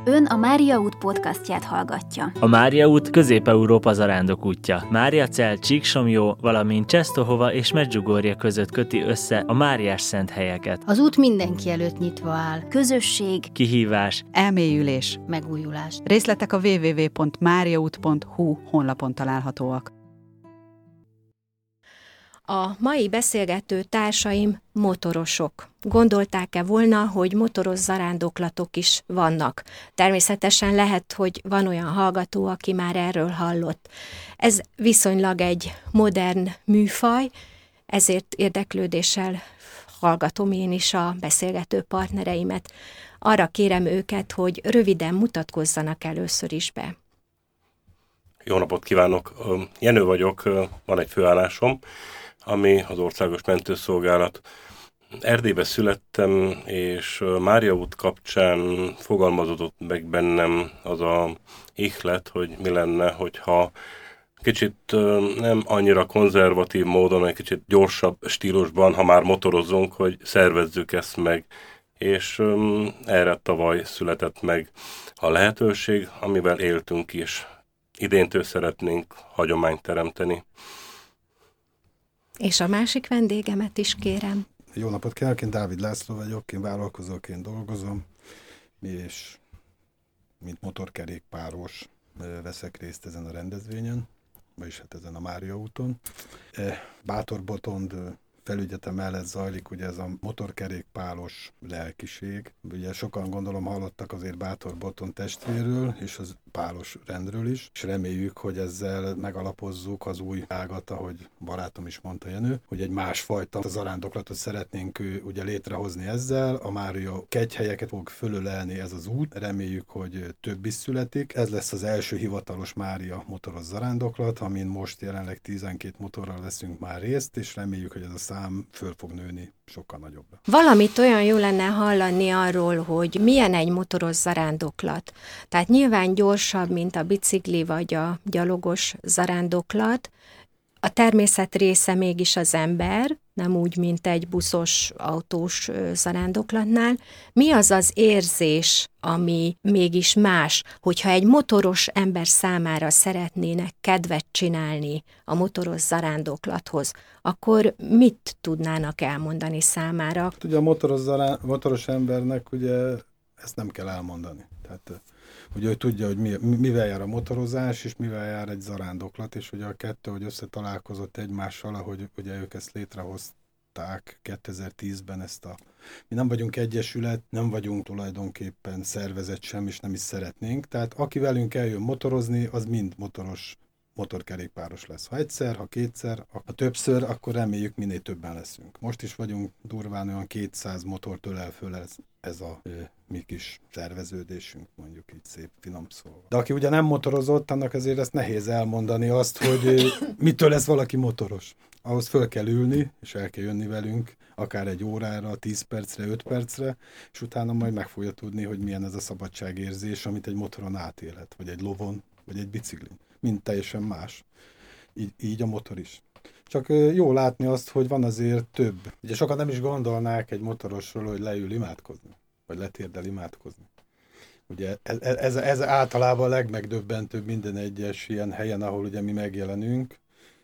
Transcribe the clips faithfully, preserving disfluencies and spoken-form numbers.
Ön a Mária út podcastját hallgatja. A Mária út Közép-Európa zarándokútja. Máriacell, Csíksomlyó, valamint Czestohova és Medjugorje között köti össze a máriás szent helyeket. Az út mindenki előtt nyitva áll. Közösség, Kihívás, elmélyülés, Megújulás. részletek a double-u double-u double-u pont máriaút pont hu honlapon találhatóak. A mai beszélgető társaim motorosok. Gondolták-e volna, hogy motoros zarándoklatok is vannak? Természetesen lehet, hogy van olyan hallgató, aki már erről hallott. Ez viszonylag egy modern műfaj, ezért érdeklődéssel hallgatom én is a beszélgető partnereimet. Arra kérem őket, hogy röviden mutatkozzanak először is be. Jó napot kívánok! Jenő vagyok, van egy főállásom, ami az Országos Mentőszolgálat. Erdélybe születtem, és Mária út kapcsán fogalmazódott meg bennem az a ihlet, hogy mi lenne, hogyha kicsit nem annyira konzervatív módon, egy kicsit gyorsabb stílusban, ha már motorozunk, hogy szervezzük ezt meg. És erre tavaly született meg a lehetőség, amivel éltünk is. Idéntől szeretnénk hagyományt teremteni. És a másik vendégemet is kérem. Jó napot kívánok, én Dávid László vagyok, én vállalkozóként dolgozom, és mint motorkerékpáros veszek részt ezen a rendezvényen, vagyis hát ezen a Mária úton. Bátor-Botond felügyete mellett zajlik ugye ez a motorkerékpáros lelkiség. Ugye sokan gondolom hallottak azért Bátor-Botond testvérről, és az pálos rendről is, és reméljük, hogy ezzel megalapozzuk az új ágat, ahogy barátom is mondta, Jenő, hogy egy másfajta zarándoklatot szeretnénk ugye létrehozni ezzel. A Mária kegyhelyeket fog fölölelni ez az út, reméljük, hogy több is születik. Ez lesz az első hivatalos Mária motoros zarándoklat, amin most jelenleg tizenkét motorral veszünk már részt, és reméljük, hogy ez a szám föl fog nőni sokkal nagyobbra. Valamit olyan jó lenne hallani arról, hogy milyen egy motoros zarándoklat. Tehát nyilván gyorsabb, mint a bicikli vagy a gyalogos zarándoklat. A természet része mégis az ember, nem úgy, mint egy buszos, autós zarándoklatnál. Mi az az érzés, ami mégis más, hogyha egy motoros ember számára szeretnének kedvet csinálni a motoros zarándoklathoz, akkor mit tudnának elmondani számára? Ugye a motoros, zará... motoros embernek ugye ezt nem kell elmondani. Tehát ugye ő tudja, hogy mi, mivel jár a motorozás, és mivel jár egy zarándoklat, és ugye a kettő, hogy összetalálkozott egymással, ahogy ugye ők ezt létrehozták kétezer-tízben ezt a... Mi nem vagyunk egyesület, nem vagyunk tulajdonképpen szervezet sem, és nem is szeretnénk. Tehát aki velünk eljön motorozni, az mind motoros, motorkerékpáros lesz. Ha egyszer, ha kétszer, ha többször, akkor reméljük minél többen leszünk. Most is vagyunk durván olyan kétszáz motort ölel föl ez, ez a ö, mi kis szerveződésünk, mondjuk így szép finom szólva. De aki ugye nem motorozott, annak azért ezt nehéz elmondani azt, hogy ö, mitől lesz valaki motoros. Ahhoz föl kell ülni, és el kell jönni velünk, akár egy órára, tíz percre, öt percre, és utána majd meg fogja tudni, hogy milyen ez a szabadságérzés, amit egy motoron átélhet, vagy egy lovon, vagy egy biciklin. Mind teljesen más. Így, így a motor is. Csak jó látni azt, hogy van azért több. Ugye sokan nem is gondolnák egy motorosról, hogy leül imádkozni, vagy letérdel imádkozni. Ugye ez, ez, ez általában a legmegdöbbentőbb minden egyes ilyen helyen, ahol ugye mi megjelenünk.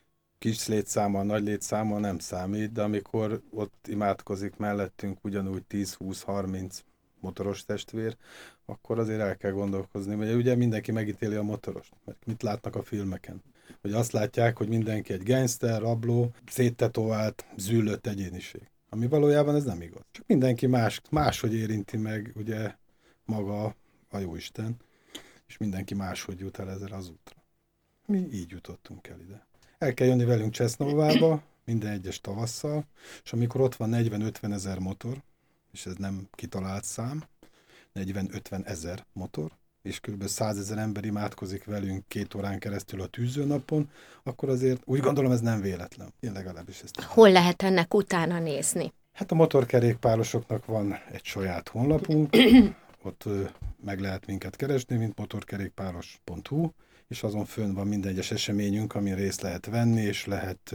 Kis létszámmal, nagy létszámmal nem számít, de amikor ott imádkozik mellettünk ugyanúgy tíz, húsz, harminc motoros testvér, akkor azért el kell gondolkozni, hogy ugye mindenki megítéli a motorost, mert mit látnak a filmeken. Hogy azt látják, hogy mindenki egy gangster, rabló, széttetovált, züllött egyéniség. Ami valójában ez nem igaz. Csak mindenki más, máshogy érinti meg ugye maga a Jóisten, és mindenki máshogy jut el ezzel az útra. Mi így jutottunk el ide. El kell jönni velünk Csesznovába, minden egyes tavasszal, és amikor ott van negyven-ötven ezer motor, és ez nem kitalált szám, negyven-ötven ezer motor, és kb. százezer ember imádkozik velünk két órán keresztül a tűzőnapon, akkor azért úgy gondolom ez nem véletlen. Én legalábbis ezt. Hol lehet ennek utána nézni? Hát a motorkerékpárosoknak van egy saját honlapunk, ott ö, meg lehet minket keresni, mint motorkerékpáros pont hu, és azon fönn van minden egyes eseményünk, amin részt lehet venni, és lehet ö,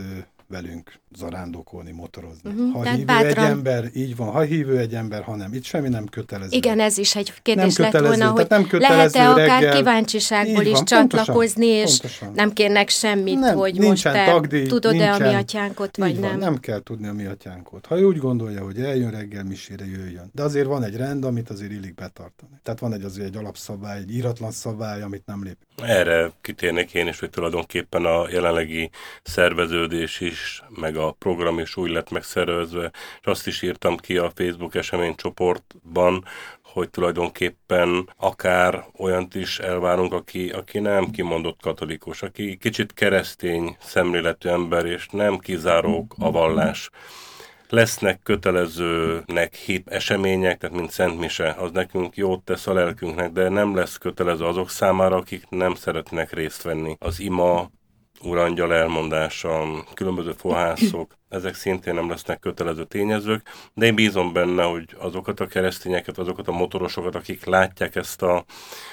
velünk zarándokolni, motorozni. Uh-huh. Ha Tehát hívő bátran... egy ember, így van, ha hívő egy ember, ha nem, itt semmi nem kötelező. Igen, ez is egy kérdés nem lett volna, hogy nem lehet-e akár reggel... kíváncsiságból is van, csatlakozni, pontosan, és pontosan. nem kérnek semmit, nem, hogy most te tagdíj, tudod-e nincsen, a mi atyánkot, vagy van, nem. Nem kell tudni a mi atyánkot. Ha ő úgy gondolja, hogy eljön reggel misére, jöjjön. De azért van egy rend, amit azért illik betartani. Tehát van egy azért egy alapszabály, egy íratlan szabály, amit nem lép. Erre kitérnék én is, hogy tulajdonképpen a jelenlegi szerveződés is, meg a program is úgy lett megszervezve, és azt is írtam ki a Facebook eseménycsoportban, hogy tulajdonképpen akár olyant is elvárunk, aki, aki nem kimondott katolikus, aki kicsit keresztény szemléletű ember, és nem kizárók a vallás. Lesznek kötelezőnek hit események, tehát mint Szent Mise, az nekünk jót tesz a lelkünknek, de nem lesz kötelező azok számára, akik nem szeretnek részt venni. Az ima, urangyal elmondása, különböző fohászok, ezek szintén nem lesznek kötelező tényezők, de én bízom benne, hogy azokat a keresztényeket, azokat a motorosokat, akik látják ezt a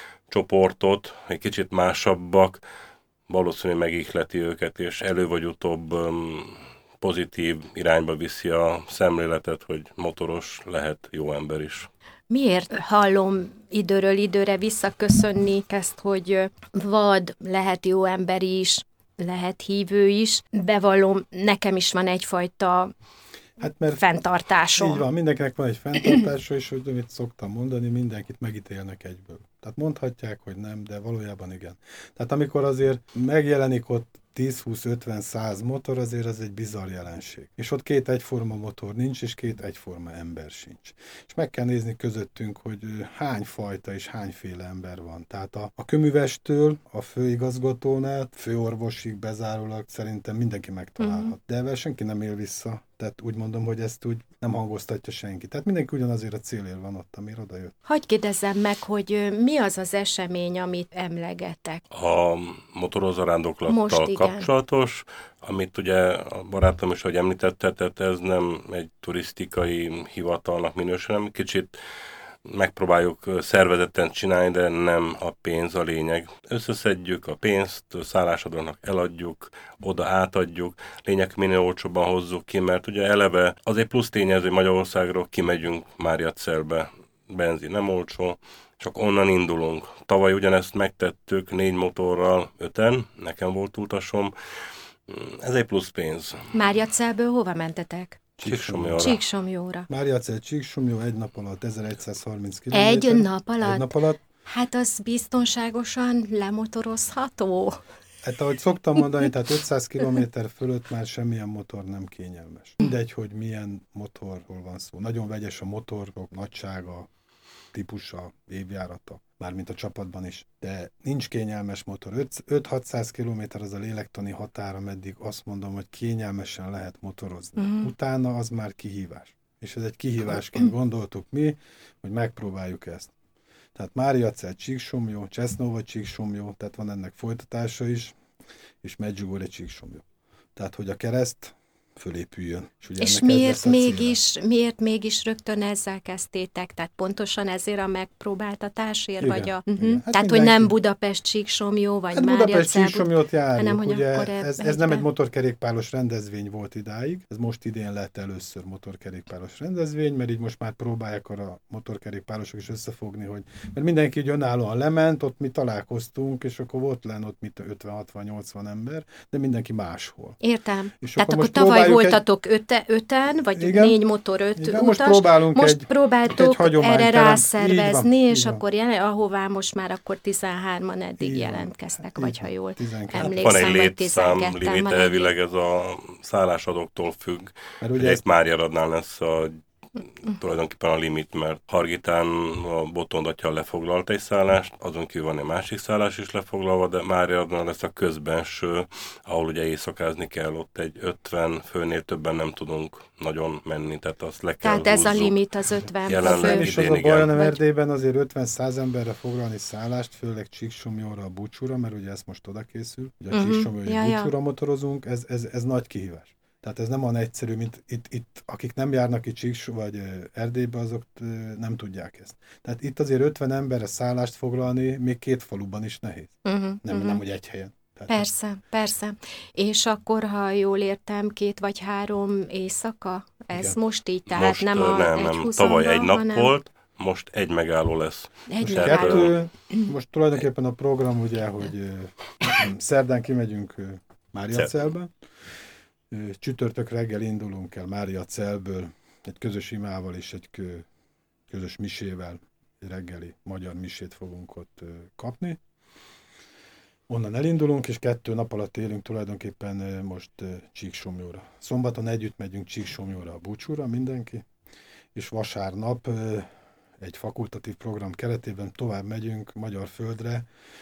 csoportot, egy kicsit másabbak, valószínűleg megihleti őket, és elő vagy utóbb um, pozitív irányba viszi a szemléletet, hogy motoros lehet jó ember is. Miért hallom időről időre visszaköszönni ezt, hogy vad, lehet jó ember is, lehet hívő is. Bevallom, nekem is van egyfajta hát mert fenntartásom. Így van, mindenkinek van egy fenntartása, és hogy amit szoktam mondani, mindenkit megítélnek egyből. Tehát mondhatják, hogy nem, de valójában igen. Tehát amikor azért megjelenik ott tíz, húsz, ötven, száz motor, azért az egy bizarr jelenség. És ott két egyforma motor nincs, és két egyforma ember sincs. És meg kell nézni közöttünk, hogy hány fajta és hányféle ember van. Tehát a, a köművestől, a főigazgatónál, főorvosig bezárólag szerintem mindenki megtalálhat. Uh-huh. De ebben senki nem él vissza. Tehát úgy mondom, hogy ezt úgy nem hangoztatja senki. Tehát mindenki ugyanazért a célért van ott, amire oda jött. Hadd kérdezzem meg, hogy mi az az esemény, amit emlegetek? A motorozzarándoklattal kapcsolatos, amit ugye a barátom is, hogy említette, tehát ez nem egy turisztikai hivatalnak minősül, hanem kicsit megpróbáljuk szervezetten csinálni, de nem a pénz a lényeg. Összeszedjük a pénzt, szállásadónak eladjuk, oda átadjuk, lényeg minél olcsóbban hozzuk ki, mert ugye eleve az egy plusz tényező, hogy Magyarországról kimegyünk Máriacelbe, benzin nem olcsó, csak onnan indulunk. Tavaly ugyanezt megtettük négy motorral, öten, nekem volt utasom, ez egy plusz pénz. Máriacelből hova mentetek? Csíksomjóra. Csíksomjóra. Máriacel Csíksomjó egy nap alatt ezeregyszázharminc kilométer. Egy nap alatt? Egy nap alatt. Hát az biztonságosan lemotorozható? Hát ahogy szoktam mondani, tehát ötszáz kilométer fölött már semmilyen motor nem kényelmes. Mindegy, hogy milyen motorról van szó. Nagyon vegyes a motorok nagysága, típusa, évjárata, mármint a csapatban is. De nincs kényelmes motor. öt-hatszáz kilométer az a lélektani határ, ameddig azt mondom, hogy kényelmesen lehet motorozni. Uh-huh. Utána az már kihívás. És ez egy kihívásként gondoltuk mi, hogy megpróbáljuk ezt. Tehát Máriacel Csíksomjó, Csesznova Csíksomjó, tehát van ennek folytatása is, és Medjugorje Csíksomjó. Tehát, hogy a kereszt fölépüljön. És, ugye és miért mégis, miért mégis rögtön ezzel kezdtétek? Tehát pontosan ezért a megpróbáltatásért? Igen, vagy a, igen. uh-huh. Hát Tehát, hogy nem Budapest Csíksomjó, vagy hát Máriacel, Budapest Csíksomjót járjuk, hanem, hogy ugye akkor ez, ez nem egy motorkerékpáros rendezvény volt idáig, ez most idén lett először motorkerékpáros rendezvény, mert így most már próbálják a motorkerékpárosok is összefogni, hogy mert mindenki így önállóan lement, ott mi találkoztunk, és akkor volt lenn ott mit ötven-hatvan-nyolcvan ember, de mindenki máshol. Értem. És Tehát akkor, akkor tavaly voltatok egy... öte, öten, vagy igen, négy motor, öt igen, utas. Most próbálunk most egy, próbáltok egy erre rászervezni, van, és akkor jelen, ahová most már akkor tizenhárman eddig így jelentkeztek, van, vagy ha jól tizenkettő. emlékszem, van egy vagy létszám tizenketten. limit, elvileg ez a szállásadóktól függ. Mert ugye egy ezt... Máriaradnál lesz a tulajdonképpen a limit, mert Hargitán a Botondattyal lefoglalt egy szállást, azon kívül van egy másik szállás is lefoglalva, de Máriadnál lesz a közbenső, ahol ugye éjszakázni kell, ott egy ötven főnél többen nem tudunk nagyon menni, tehát azt le kell Tehát ez húzzuk. a limit az ötven Jelenleg fő. És az a baj, hanem Erdélyben azért ötven-száz emberre foglalni szállást, főleg Csíksomjóra, a Búcsúra, mert ugye ezt most oda készül, ugye a uh-huh. Csíksomjói ja, Búcsúra ja. motorozunk, ez, ez, ez nagy kihívás. Tehát ez nem olyan egyszerű, mint itt, itt akik nem járnak itt Csíksú vagy Erdélybe, azok nem tudják ezt. Tehát itt azért ötven emberre szállást foglalni, még két faluban is nehéz. Uh-huh, nem, uh-huh. nem, hogy egy helyen. Tehát persze, persze. És akkor, ha jól értem, két vagy három éjszaka? Ez Igen. most így, tehát Most nem a nem, egy nem. húszonban, Tavaly egy nap hanem... volt, most egy megálló lesz. Egy Tehát, megálló. Kettő, most tulajdonképpen a program ugye, hogy ö, szerdán kimegyünk ö, Máriacelbe, ö, csütörtök reggel indulunk el Máriacelből, egy közös imával és egy kö, közös misével, egy reggeli magyar misét fogunk ott ö, kapni. Onnan elindulunk, és kettő nap alatt élünk tulajdonképpen ö, most ö, Csíksomlyóra. Szombaton együtt megyünk Csíksomlyóra a búcsúra mindenki, és vasárnap ö, egy fakultatív program keretében tovább megyünk magyar földre,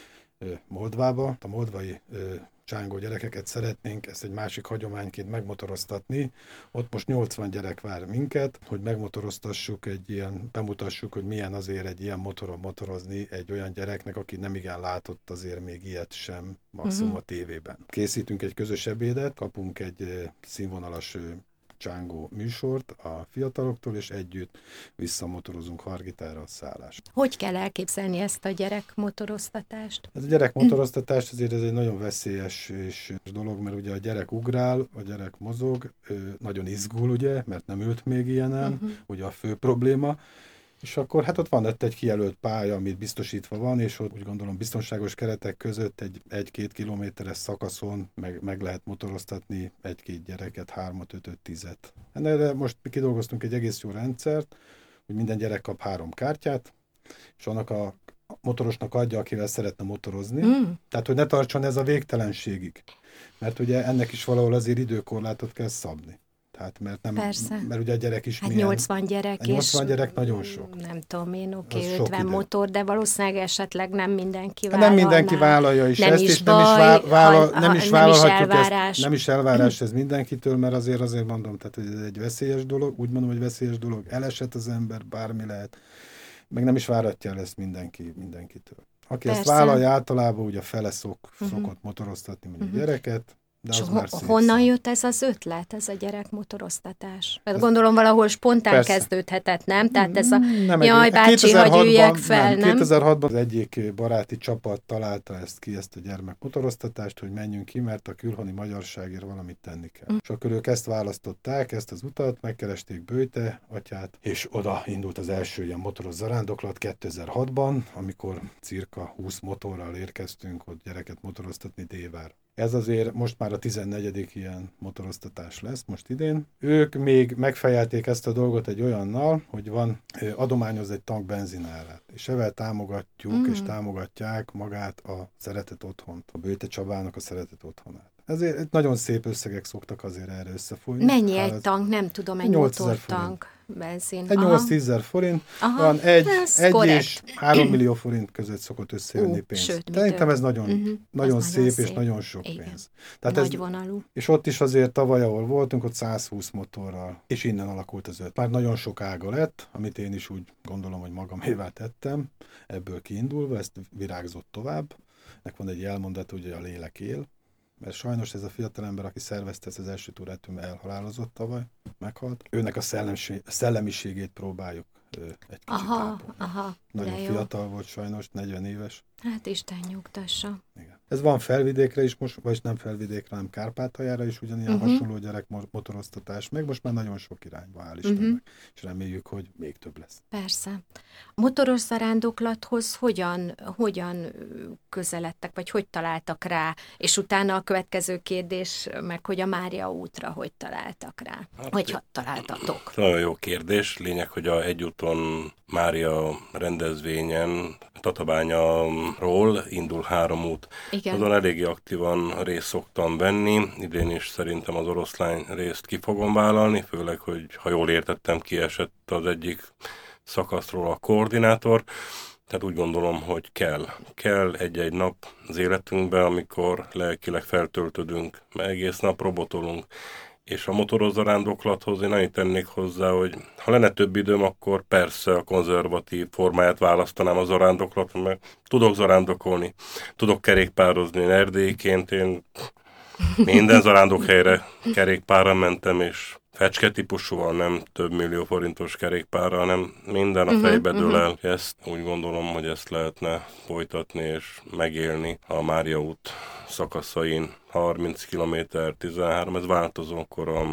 Moldvába. A moldvai csángó gyerekeket szeretnénk ezt egy másik hagyományként megmotoroztatni. Ott most nyolcvan gyerek vár minket, hogy megmotoroztassuk egy ilyen, bemutassuk, hogy milyen azért egy ilyen motoron motorozni egy olyan gyereknek, aki nem igen látott azért még ilyet sem, maximum uh-huh. a tévében. Készítünk egy közös ebédet, kapunk egy színvonalas csángó műsort a fiataloktól, és együtt visszamotorozunk Hargitára a szállást. Hogy kell elképzelni ezt a gyerekmotoroztatást? Ez a gyerekmotoroztatás azért ez egy nagyon veszélyes és dolog, mert ugye a gyerek ugrál, a gyerek mozog, nagyon izgul, ugye, mert nem ült még ilyenen, uh-huh. ugye a fő probléma, és akkor hát ott van ott egy kijelölt pálya, amit biztosítva van, és ott úgy gondolom biztonságos keretek között egy egy-két kilométeres szakaszon meg, meg lehet motoroztatni egy-két gyereket, hármat, ötöt, tizet. Ennél most kidolgoztunk egy egész jó rendszert, hogy minden gyerek kap három kártyát, és annak a motorosnak adja, akivel szeretne motorozni. Mm. Tehát, hogy ne tartson ez a végtelenségig. Mert ugye ennek is valahol azért időkorlátot kell szabni. Tehát mert nem, Persze. mert ugye a gyerek is hát milyen... nyolcvan gyerek, nyolcvan és gyerek nagyon sok. Nem tudom én, oké, Az okay, sok ötven idő. motor, de valószínűleg esetleg nem mindenki Nem vállalná. mindenki vállalja is nem ezt, is és baj, nem is, vál, vállal, ha, nem ha, is nem is vállalhatjuk elvárás. ezt. Nem is elvárás ez mindenkitől, mert azért azért mondom, tehát hogy ez egy veszélyes dolog, úgy mondom, hogy veszélyes dolog, elesett az ember, bármi lehet, meg nem is váratja el ezt mindenki, mindenkitől. Aki Persze. ezt vállalja, általában ugye fele szok, uh-huh. szokott motoroztatni mondjuk uh-huh. gyereket, de az ho- már szép honnan szám. jött ez az ötlet, ez a gyerekmotoroztatás? Mert gondolom valahol spontán Persze. kezdődhetett, nem? Tehát ez a Nem, jaj, egy- bácsi, hagyj üljek fel, nem? nem? kétezer-hatban az egyik baráti csapat találta ezt ki, ezt a gyermekmotoroztatást, hogy menjünk ki, mert a külhoni magyarságért valamit tenni kell. Mm. És akkor ők ezt választották, ezt az utat, megkeresték Böjte atyát, és oda indult az első ilyen motoros zarándoklat kétezer-hatban, amikor cirka húsz motorral érkeztünk ott gyereket motoroztatni Dévár. Ez azért most már a tizennegyedik ilyen motoroztatás lesz, most idén. Ők még megfejelték ezt a dolgot egy olyannal, hogy van, adományoz egy tank benzinárát, és ezzel támogatjuk mm. és támogatják magát a Szeretet Otthont, a Böjte Csabának a Szeretet Otthonát. Ezért nagyon szép összegek szoktak azért erre összefolyni. Mennyi hát, egy tank? Nem tudom, egy motortank, benzin. Egy nyolc-tízezer forint, Aha. van egy, egy korrekt. és három millió forint között szokott összejönni Ú, pénz. sőt, Szerintem ez nagyon, uh-huh. nagyon, nagyon szép, szép és nagyon sok Igen. pénz. Tehát Nagy ez, vonalú. és ott is azért tavaly, ahol voltunk, ott száz húsz motorral, és innen alakult az öt. Már nagyon sok ága lett, amit én is úgy gondolom, hogy magamévá tettem, ebből kiindulva, ezt virágzott tovább. Nek van egy elmondat, hogy a lélek él, mert sajnos ez a fiatalember, aki szervezte ezt az első túrát, elhalálozott tavaly, meghalt. Őnek a szellemiségét próbáljuk egy kicsit Aha, ápolni. aha. Nagyon jó. fiatal volt sajnos, negyven éves. Hát Isten nyugtassa. Igen. Ez van Felvidékre is most, vagy nem Felvidékre, hanem Kárpátaljára is ugyanilyen uh-huh. hasonló gyerekmotoroztatás, meg most már nagyon sok irányba áll Istennek, uh-huh. és reméljük, hogy még több lesz. Persze. A motoros zarándoklathoz hogyan, hogyan közeledtek, vagy hogy találtak rá? És utána a következő kérdés, meg hogy a Mária útra hogy találtak rá? Hát, vagy ha találtatok? Nagyon jó kérdés. Lényeg, hogy a Egyúton Mária rendezvényen Tatabányáról indul három út. Igen. Azon eléggé aktívan részt szoktam venni. Idén is szerintem az oroszlány részt ki fogom vállalni, főleg, hogy ha jól értettem, kiesett az egyik szakaszról a koordinátor. Tehát úgy gondolom, hogy kell. Kell egy-egy nap az életünkben, amikor lelkileg feltöltődünk, mert egész nap robotolunk. És a motoros zarándoklathoz én annyit tennék hozzá, hogy ha lenne több időm, akkor persze a konzervatív formáját választanám a zarándoklatban, mert tudok zarándokolni, tudok kerékpározni. Erdélyként én minden zarándokhelyre kerékpárra mentem, és fecske típusú van, nem több millió forintos kerékpárra, hanem minden a Uh-huh, fejbe dől uh-huh. el. Ezt úgy gondolom, hogy ezt lehetne folytatni és megélni a Mária út szakaszain. harminc kilométer, tizenhárom, ez változókor a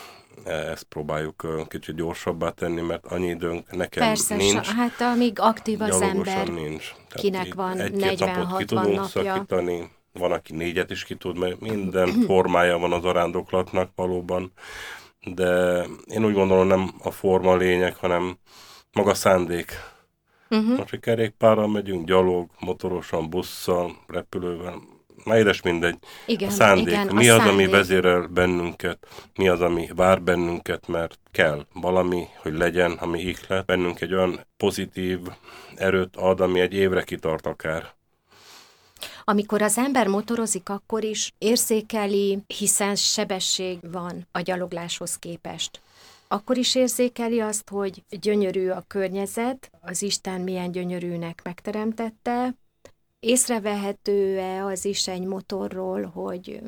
ezt próbáljuk kicsit gyorsabbá tenni, mert annyi időnk nekem Persze, nincs. Persze, hát amíg aktív az ember, nincs. kinek van negyven napot ki negyven-hatvan tudunk napja. szakítani, van, aki négyet is ki tud, mert minden formája van az zarándoklatnak valóban, de én úgy gondolom, nem a forma lényeg, hanem maga szándék. Uh-huh. Most, hogy kerékpárral megyünk, gyalog, motorosan, busszal, repülővel, na édes mindegy. Igen, a szándék. igen, a mi az, szándék. ami vezérel bennünket, mi az, ami vár bennünket, mert kell valami, hogy legyen, ami ihlet. Bennünk egy olyan pozitív erőt ad, ami egy évre kitart akár. Amikor az ember motorozik, akkor is érzékeli, hiszen sebesség van a gyalogláshoz képest. Akkor is érzékeli azt, hogy gyönyörű a környezet, az Isten milyen gyönyörűnek megteremtette. Észrevehető-e az is egy motorról, hogy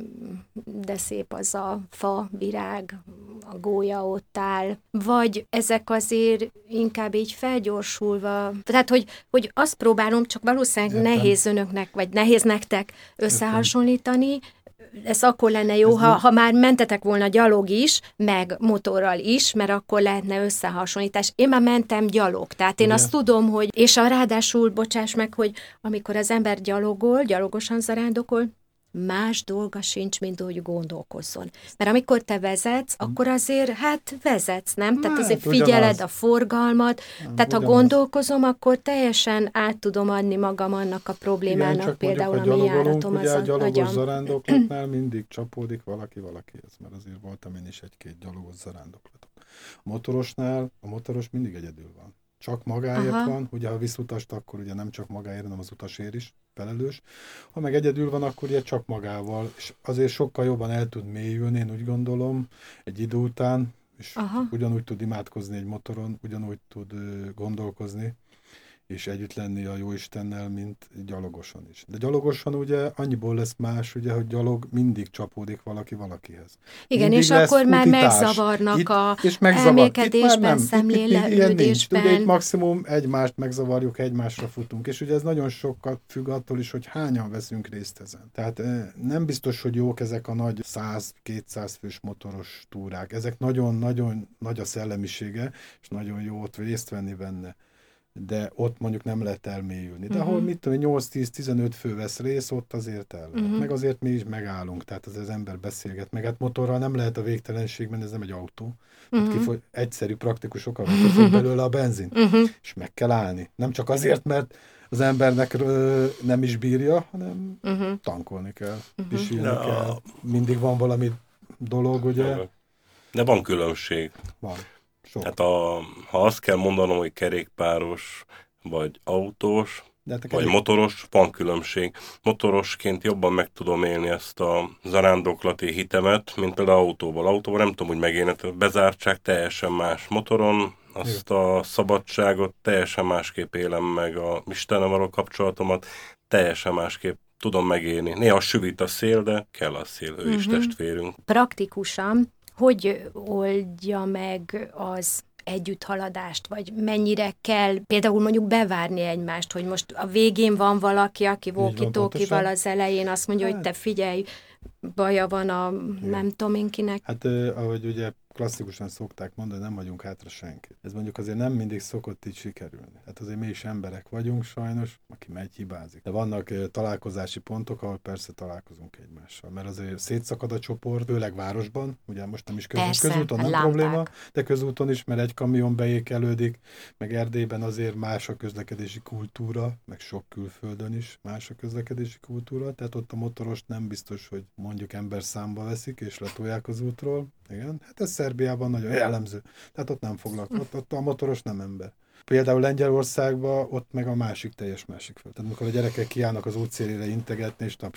de szép az a fa, virág, a gólya ott áll, vagy ezek azért inkább így felgyorsulva, tehát hogy, hogy azt próbálom, csak valószínűleg Értem. nehéz önöknek, vagy nehéz nektek összehasonlítani, ez akkor lenne jó, Ez ha, nem- ha már mentetek volna gyalog is, meg motorral is, mert akkor lehetne összehasonlítás. Én már mentem gyalog, tehát én Ugye? azt tudom, hogy, és a ráadásul, bocsáss meg, hogy amikor az ember gyalogol, gyalogosan zarándokol, más dolga sincs, mint hogy gondolkozzon. Mert amikor te vezetsz, akkor azért, hát vezetsz, nem? Tehát Hát, azért figyeled ugyanaz. a forgalmat, tehát ha ugyanaz. gondolkozom, akkor teljesen át tudom adni magam annak a problémának, Igen, csak például mondjuk, a ha mi gyalogolunk, járatom ugye az a a gyalogos nagyon... zarándoklatnál mindig csapódik valaki valakihez, mert azért voltam én is egy-két gyalogos zarándoklaton. A motorosnál a motoros mindig egyedül van. Csak magáért Aha. van, ugye ha visz utast, akkor ugye nem csak magáért, hanem az utasért is felelős. Ha meg egyedül van, akkor ugye csak magával, és azért sokkal jobban el tud mélyülni, én úgy gondolom, egy idő után, és Aha. ugyanúgy tud imádkozni egy motoron, ugyanúgy tud ö, gondolkozni, és együtt lenni a Jóistennel, mint gyalogosan is. De gyalogosan ugye annyiból lesz más, ugye, hogy gyalog mindig csapódik valaki valakihez. Igen, Mindig és lesz akkor már utitárs. megzavarnak Itt- a és megzavar. Itt már elmélkedésben, nem. Itt- itt- itt ilyen nincs. Ugye szemlélődésben. itt maximum egymást megzavarjuk, egymásra futunk. És ugye ez nagyon sokat függ attól is, hogy hányan veszünk részt ezen. Tehát eh, nem biztos, hogy jók ezek a nagy száz-kétszáz fős motoros túrák. Ezek nagyon-nagyon nagy a szellemisége, és nagyon jó ott részt venni benne. De ott mondjuk nem lehet elmélyülni. De Mhm. ahol mit tudom, nyolc-tíz-tizenöt fő vesz részt, ott azért el lehet. Mhm. Meg azért mi is megállunk, tehát az, az ember beszélget. Meg hát motorral nem lehet a végtelenségben, ez nem egy autó. Mhm. Uh-huh. Kifogy, egyszerű, praktikus oka van, kifogy belőle a benzin. Uh-huh. És meg kell állni. Nem csak azért, mert az embernek ö, nem is bírja, hanem Uh-huh. tankolni kell, Mhm. pisilni De kell. a- Mindig van valami dolog, ugye? De van különbség. Van. Sok. Hát a, ha azt kell mondanom, hogy kerékpáros, vagy autós, De hát vagy elég- motoros, van különbség. Motorosként jobban meg tudom élni ezt a zarándoklati hitemet, mint például autóval. Autóval nem tudom, hogy megélni, a bezártság teljesen más. Motoron azt a szabadságot teljesen másképp élem meg, a Istennel való kapcsolatomat teljesen másképp tudom megélni. Néha süvít a szél, de kell a szél, ő is Mhm. testvérünk. Praktikusan, hogy oldja meg az együtthaladást, vagy mennyire kell például mondjuk bevárni egymást, hogy most a végén van valaki, aki van, walkie-talkie-val pontosan. az elején azt mondja, hogy Hát. te figyelj, baja van a nem tudom én kinek. Hát eh, ahogy ugye klasszikusan szokták mondani, nem vagyunk hátra senki. Ez mondjuk azért nem mindig szokott így sikerülni. Hát azért mi is emberek vagyunk sajnos, aki megy, hibázik. De vannak eh, találkozási pontok, ahol persze találkozunk egymással. Mert azért szétszakad a csoport, főleg városban, ugye most nem is köz, Persze, közúton nem lámpák. probléma, de közúton is, mert egy kamion beékelődik, meg Erdélyben azért más a közlekedési kultúra, meg sok külföldön is más a közlekedési kultúra, tehát ott a motorost nem biztos, hogy mondjuk ember számba veszik, és letolják az útról. Igen, hát ez Szerbiában nagyon jellemző. Tehát ott nem foglalkozik, ott, ott a motoros nem ember. Például Lengyelországban ott meg a másik teljes másik föld. Tehát amikor a gyerekek kiállnak az útszélére integetni és tapsolni.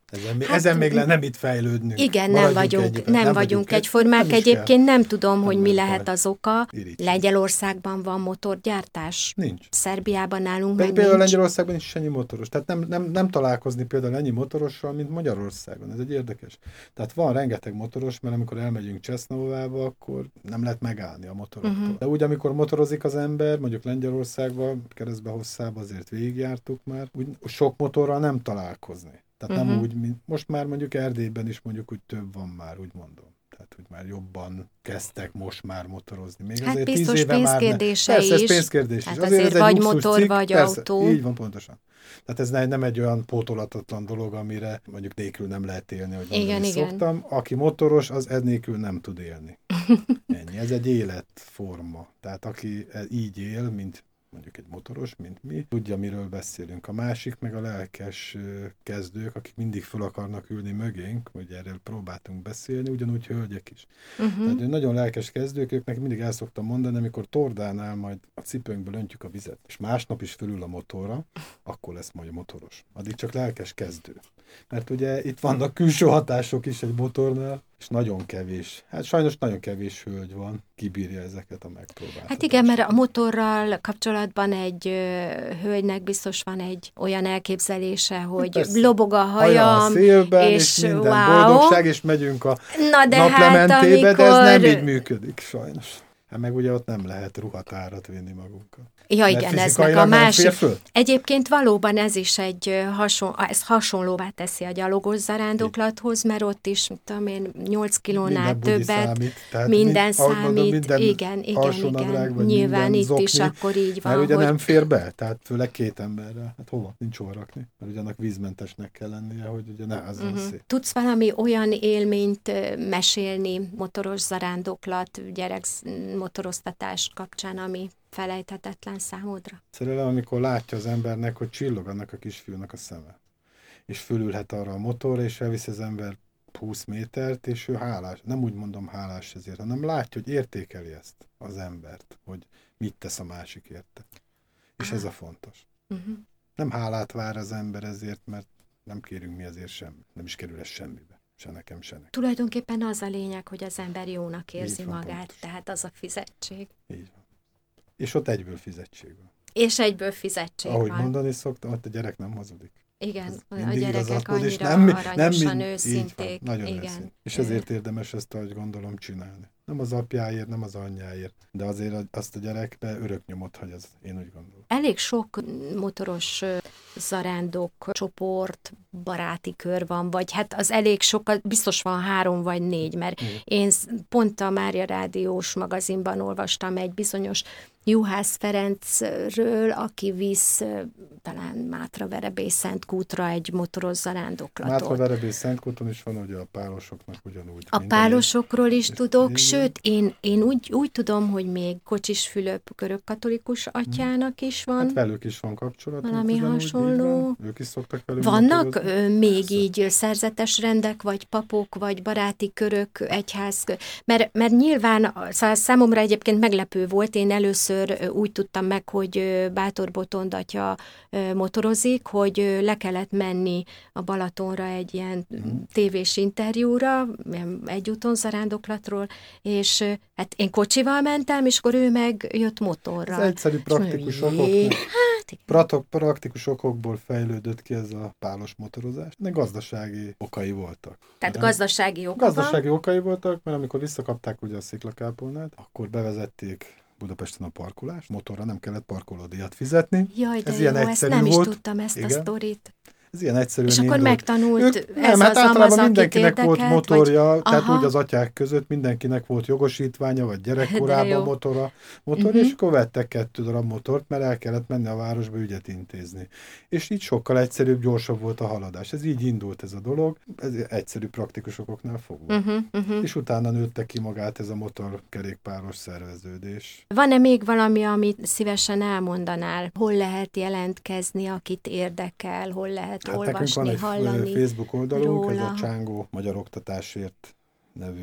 Ezen, Hát, ezen még le, nem itt fejlődnünk. Igen, nem vagyunk, egyben, nem, nem vagyunk egyformák. Egyébként nem tudom, hogy mi lehet az oka. Lengyelországban van motorgyártás? Nincs. Szerbiában nálunk Pedig meg például nincs. Lengyelországban is ennyi motoros. Tehát nem, nem, nem találkozni például ennyi motorossal, mint Magyarországon. Ez egy érdekes. Tehát van rengeteg motoros, mert amikor elmegyünk Csesznovába, akkor nem lehet megállni a motoroktól. Uh-huh. De úgy, amikor motorozik az ember, mondjuk Lengyelországban, keresztbe hosszába azért végigjártuk már, úgy sok motorral nem találkozni. Tehát uh-huh. nem úgy, mint most már mondjuk Erdélyben is mondjuk úgy több van már, úgy mondom. Tehát, hogy már jobban kezdtek most már motorozni. Még hát azért biztos tíz éve pénzkérdése már ne. Persze, is. ez pénzkérdés hát is. Azért, azért vagy luxus motor, cikk, vagy persze, autó. Így van, pontosan. Tehát ez nem egy olyan pótolhatatlan dolog, amire mondjuk nélkül nem lehet élni, hogy mondani igen, igen. szoktam. Aki motoros, az ez nélkül nem tud élni. Ennyi. Ez egy életforma. Tehát aki így él, mint mondjuk egy motoros, mint mi, tudja, miről beszélünk. A másik, meg a lelkes kezdők, akik mindig fel akarnak ülni mögénk, hogy erről próbáltunk beszélni, ugyanúgy hölgyek is. Uh-huh. Tehát nagyon lelkes kezdők, őknek mindig el szoktam mondani, amikor Tordánál majd a cipőnkből öntjük a vizet, és másnap is fölül a motorra, akkor lesz majd motoros. Addig csak lelkes kezdő. Mert ugye itt vannak külső hatások is egy motornál, és nagyon kevés, hát sajnos nagyon kevés hölgy van, kibírja ezeket a megpróbáltatásokat. Hát igen, mert a motorral kapcsolatban egy ö, hölgynek biztos van egy olyan elképzelése, hogy persze, lobog a haja a hajam, szélben, és, és minden wow. boldogság, és megyünk a Na de naplementébe, hát, de ez nem amikor... így működik, sajnos. Hát meg ugye ott nem lehet ruhatárat vinni magunkkal. Ja, Mert igen, ez meg a fizikailag nem fér másik. föl. Egyébként valóban ez is egy ö, hason, ez hasonlóvá teszi a gyalogos zarándoklathoz, mert ott is, mit tudom én, nyolc kilónál Minden bugyi többet, számít, tehát minden mind- ahogy számít, mondom, minden igen, igen, alsónadrág, igen, vagy nyilván minden itt zokni, is akkor így van, mert ugye hogy... nem fér be, tehát főleg két emberrel. Hát hova? Nincs hova rakni. Mert ugye annak vízmentesnek kell lennie, hogy ugye ne az uh-huh. szép. Tudsz valami olyan élményt ö, mesélni motoros zarándoklat, gyerek motoroztatás kapcsán, ami felejthetetlen számodra? Szerelem, amikor látja az embernek, hogy csillog annak a kisfiúnak a szeme. És fölülhet arra a motorra, és elvisz az ember húsz métert, és ő hálás. Nem úgy mondom hálás ezért, hanem látja, hogy értékeli ezt az embert, hogy mit tesz a másik érte. És ez a fontos. Uh-huh. Nem hálát vár az ember ezért, mert nem kérünk mi azért semmi. Nem is kerül ez semmibe. Se nekem, se nekem. Tulajdonképpen az a lényeg, hogy az ember jónak érzi van, magát, pontos. tehát az a fizetség. Így van. És ott egyből fizetség van. És egyből fizetség Ahogy van. mondani szoktam, ott a gyerek nem hazudik. Igen, Ez a mindig gyerekek igazat mond, és annyira nem, aranyosan nem, őszinték. így van, nagyon igen. őszint. És ezért érdemes ezt, ahogy gondolom, csinálni. Nem az apjáért, nem az anyjáért, de azért azt a gyerekbe örök nyomot hagy, az én úgy gondolom. Elég sok motoros ö, zarándok, csoport, baráti kör van, vagy hát az elég sok, biztos van három vagy négy, mert Igen. én pont a Mária Rádiós magazinban olvastam egy bizonyos Juhász Ferencről, aki visz talán Mátraverebély Szentkútra egy motoros zarándoklatot. Mátraverebély Szentkúton is van, ugye a pálosoknak ugyanúgy. A minden pálosokról is és tudok, így- sőt, én, én úgy, úgy tudom, hogy még Kocsis Fülöp görögkatolikus atyának is van. Hát velük is van kapcsolat. Valami hasonló. Ők is szoktak velünk Vannak motorozni. ö, még Persze. így szerzetes rendek, vagy papok, vagy baráti körök, egyház, mert, mert nyilván szóval számomra egyébként meglepő volt, én először ö, úgy tudtam meg, hogy ö, Bátor Botond atya ö, motorozik, hogy ö, le kellett menni a Balatonra egy ilyen Mhm. tévés interjúra, ilyen egyúton zarándoklatról, és ö, hát én kocsival mentem, és akkor ő meg jött motorral. Ez egyszerű praktikus És mondom, okok. jé, hát igen. Pratok, praktikus okokból fejlődött ki ez a pálos motorozás, de gazdasági okai voltak. Tehát Nem? gazdasági oka van. Gazdasági okai voltak, mert amikor visszakapták ugye a sziklakápolnát, akkor bevezették Budapesten a parkolást, motorra nem kellett parkolódíjat fizetni. Jaj, de Ez jó, ilyen ezt egyszerű nem volt. is tudtam, ezt Igen. a sztorit. Ez ilyen egyszerűen És akkor indult. megtanult Ők, ez nem, hát az amaz, általában akit mindenkinek volt érdekelt, motorja, vagy... tehát Aha. úgy az atyák között mindenkinek volt jogosítványa, vagy De gyerekkorában jó. motora, motor, Mhm. és akkor vettek kettő darab motort, mert el kellett menni a városba ügyet intézni. És így sokkal egyszerűbb, gyorsabb volt a haladás. Ez így indult ez a dolog, ez egyszerű praktikus okoknál fogva. Uh-huh, uh-huh. És utána nőtte ki magát ez a motorkerékpáros szerveződés. Van-e még valami, amit szívesen elmondanál? Hol lehet jelentkezni, akit érdekel, hol lehet Hát nekünk van olvasni, egy hallani? Facebook oldalunk, ez róla. a Csángó Magyar Oktatásért nevű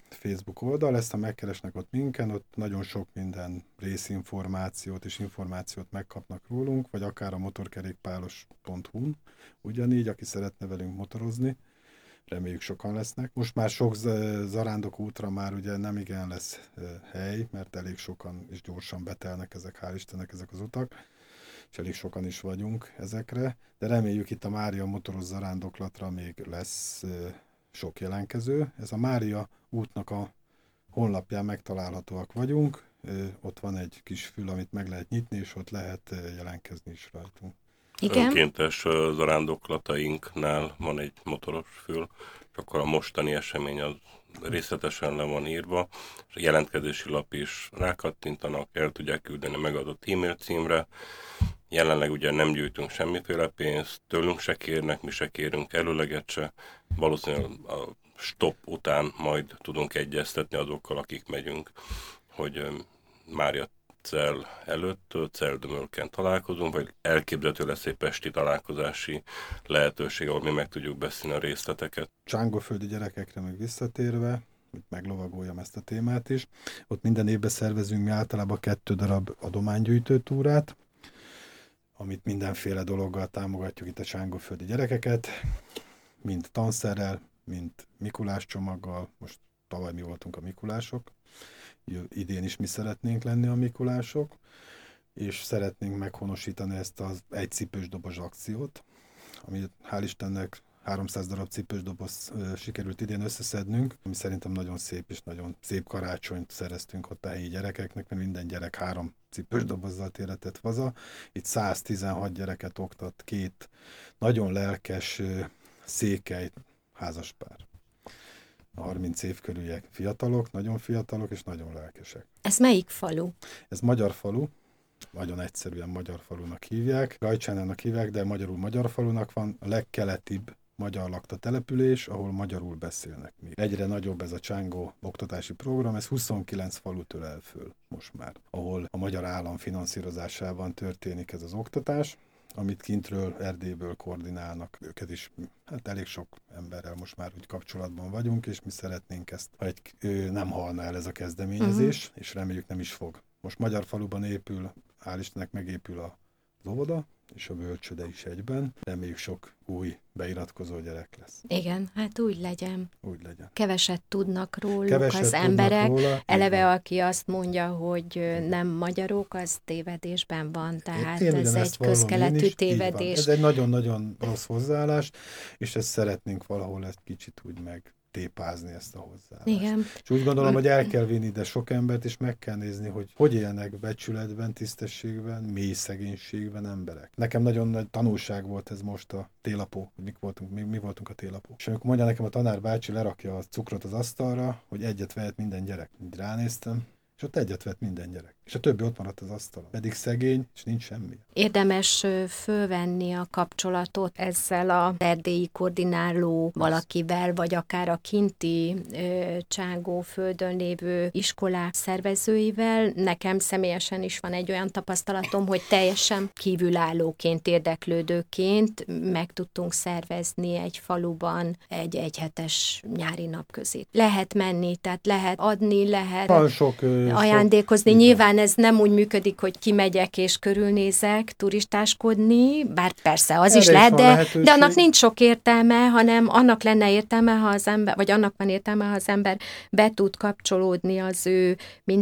Facebook oldal, ezt ha megkeresnek ott minken, ott nagyon sok minden részinformációt és információt megkapnak rólunk, vagy akár a motorkerékpáros pont hu-n, ugyanígy, aki szeretne velünk motorozni. Reméljük sokan lesznek. Most már sok zarándok útra már ugye nem igen lesz hely, mert elég sokan és gyorsan betelnek ezek, hál' Istennek ezek az utak, és elég sokan is vagyunk ezekre, de reméljük itt a Mária motoros zarándoklatra még lesz sok jelentkező. Ez a Mária útnak a honlapján megtalálhatóak vagyunk, ott van egy kis fül, amit meg lehet nyitni, és ott lehet jelentkezni is rajtunk. Igen. Önkéntes zarándoklatunknál van egy motoros fül, és akkor a mostani esemény az részletesen le van írva, és a jelentkezési lap is rákattintanak, el tudják küldeni a megadott e-mail címre. Jelenleg ugye nem gyűjtünk semmiféle pénzt, tőlünk se kérnek, mi se kérünk előleget se. Valószínűleg a stop után majd tudunk egyeztetni azokkal, akik megyünk, hogy Mária Cell előtt, Celldömölken találkozunk, vagy elképzelhető lesz egy pesti találkozási lehetőség, ahol mi meg tudjuk beszélni a részleteket. Csángóföldi gyerekekre meg visszatérve, hogy meglovagoljam ezt a témát is, ott minden évben szervezünk mi általában kettő darab adománygyűjtő túrát, amit mindenféle dologgal támogatjuk itt a csángóföldi gyerekeket, mind tanszerrel, mind Mikulás csomaggal, most tavaly mi voltunk a Mikulások, idén is mi szeretnénk lenni a Mikulások, és szeretnénk meghonosítani ezt az egy cipős doboz akciót, ami hál' Istennek háromszáz darab cipős doboz sikerült idén összeszednünk, ami szerintem nagyon szép és nagyon szép karácsonyt szereztünk ott a helyi gyerekeknek, mert minden gyerek három cipős dobozzal térhetett haza. Itt száztizenhat gyereket oktat két nagyon lelkes székely házaspár. A harminc év körüliek fiatalok, nagyon fiatalok és nagyon lelkesek. Ez melyik falu? Ez Magyar falu, nagyon egyszerűen Magyar falunak hívják. Gajcsánának hívják, de magyarul Magyar falunak van. A legkeletibb magyar lakta település, ahol magyarul beszélnek még. Egyre nagyobb ez a Csángó oktatási program, ez huszonkilenc falut ölel föl most már, ahol a magyar állam finanszírozásában történik ez az oktatás, amit kintről, Erdélyből koordinálnak őket is. Hát elég sok emberrel most már úgy kapcsolatban vagyunk, és mi szeretnénk ezt, ha egy, ő, nem halna el ez a kezdeményezés, uh-huh. és reméljük nem is fog. Most Magyar faluban épül, hál' Istennek megépül az óvoda, és a bölcsőde is egyben. Reméljük sok új beiratkozó gyerek lesz. Igen, hát úgy legyen. Úgy legyen. Keveset tudnak róluk Keveset az tudnak emberek. Róla, Eleve, igen. Aki azt mondja, hogy nem magyarok, az tévedésben van. Tehát én ez egy közkeletű tévedés. Ez egy nagyon-nagyon rossz hozzáállás, és ezt szeretnénk valahol ezt kicsit úgy meg tépázni ezt a hozzáállást. Igen. És úgy gondolom, hogy el kell vinni ide sok embert, és meg kell nézni, hogy hogy élnek becsületben, tisztességben, mély szegénységben emberek. Nekem nagyon nagy tanulság volt ez most a télapó, hogy mik voltunk, mi, mi voltunk a télapó. És amikor mondja nekem a tanár bácsi, lerakja a cukrot az asztalra, hogy egyet vehet minden gyerek. Így ránéztem, és ott egyet vett minden gyerek. És a többi ott maradt az asztalon. Pedig szegény, és nincs semmi. Érdemes fölvenni a kapcsolatot ezzel a erdélyi koordináló valakivel, vagy akár a kinti ö, Csángóföldön lévő iskolák szervezőivel. Nekem személyesen is van egy olyan tapasztalatom, hogy teljesen kívülállóként, érdeklődőként meg tudtunk szervezni egy faluban egy egyhetes nyári napközit. Lehet menni, tehát lehet adni, lehet Van sok, ö, ajándékozni. sok, Nyilván ez nem úgy működik, hogy kimegyek és körülnézek, turistáskodni, bár persze az Erre is is lehet, van de, lehetőség. de annak nincs sok értelme, hanem annak lenne értelme, ha az ember, vagy annak van értelme, ha az ember be tud kapcsolódni az ő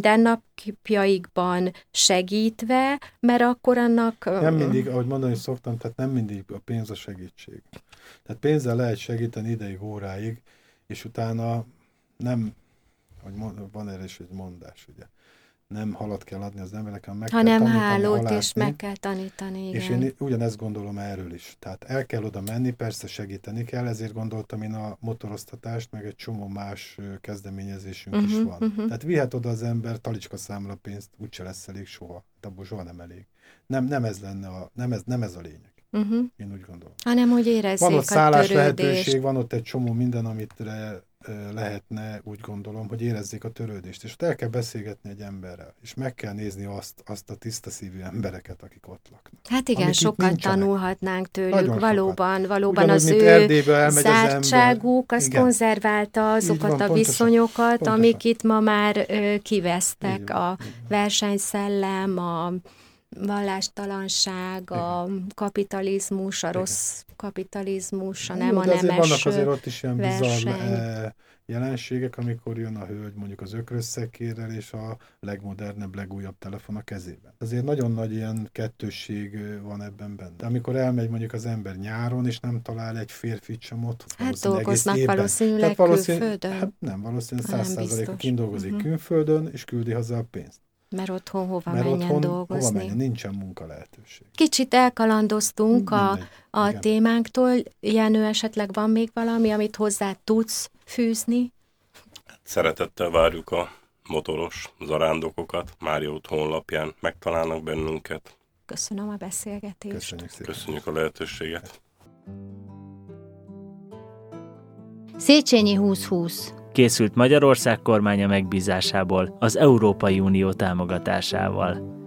mindennapjaikban segítve, mert akkor annak... Nem mindig, ahogy mondani szoktam, tehát nem mindig a pénz a segítség. Tehát pénzzel lehet segíteni ideig, óráig, és utána nem, hogy mond, van erre is egy mondás, ugye, nem halat kell adni az embernek, hanem meg hanem kell tanítani hálót halászni, és meg kell tanítani, igen. És én ugyanezt gondolom erről is. Tehát el kell oda menni, persze segíteni kell, ezért gondoltam én a motoroztatást, meg egy csomó más kezdeményezésünk uh-huh, is van. Uh-huh. Tehát vihet oda az ember talicska számla pénzt, úgyse lesz elég soha. Abból soha nem elég. Nem, nem ez lenne a, nem ez, nem ez a lényeg. Uh-huh. Én úgy gondolom. Hanem, hogy érezzék van ott a szállás törődést. lehetőség, van ott egy csomó minden, amit lehetne, úgy gondolom, hogy érezzék a törődést. És ott el kell beszélgetni egy emberrel, és meg kell nézni azt, azt a tiszta szívű embereket, akik ott laknak. Hát igen, sokat tanulhatnánk tőlük. Nagyon valóban, sokat. valóban Ugyanúgy, az ő zártságuk, az, az konzerválta azokat van, a viszonyokat, pontosan. amik itt ma már ö, kivesztek. A versenyszellem, a vallástalanság, igen. a kapitalizmus, a rossz igen. kapitalizmus, a nem Jó, a nemes azért vannak azért ott is ilyen bizarr jelenségek, amikor jön a hölgy mondjuk az ökrösszekérrel és a legmodernebb, legújabb telefon a kezében. Azért nagyon nagy ilyen kettősség van ebben benne. De amikor elmegy mondjuk az ember nyáron, és nem talál egy férfit sem ott. Hát dolgoznak valószínűleg valószínű, külföldön. Hát nem, valószínűleg száz százalékig kint dolgozik uh-huh. külföldön, és küldi haza a pénzt. Mert otthon hova Mert menjen otthon dolgozni. Hova menjen, nincsen munka lehetőség. Kicsit elkalandoztunk a, a témánktól. Jenő, esetleg van még valami, amit hozzá tudsz fűzni? Szeretettel várjuk a motoros zarándokokat. Mária út honlapján megtalálnak bennünket. Köszönöm a beszélgetést. Köszönjük szépen. Köszönjük a lehetőséget. Széchenyi húsz-húsz Készült Magyarország kormánya megbízásából, az Európai Unió támogatásával.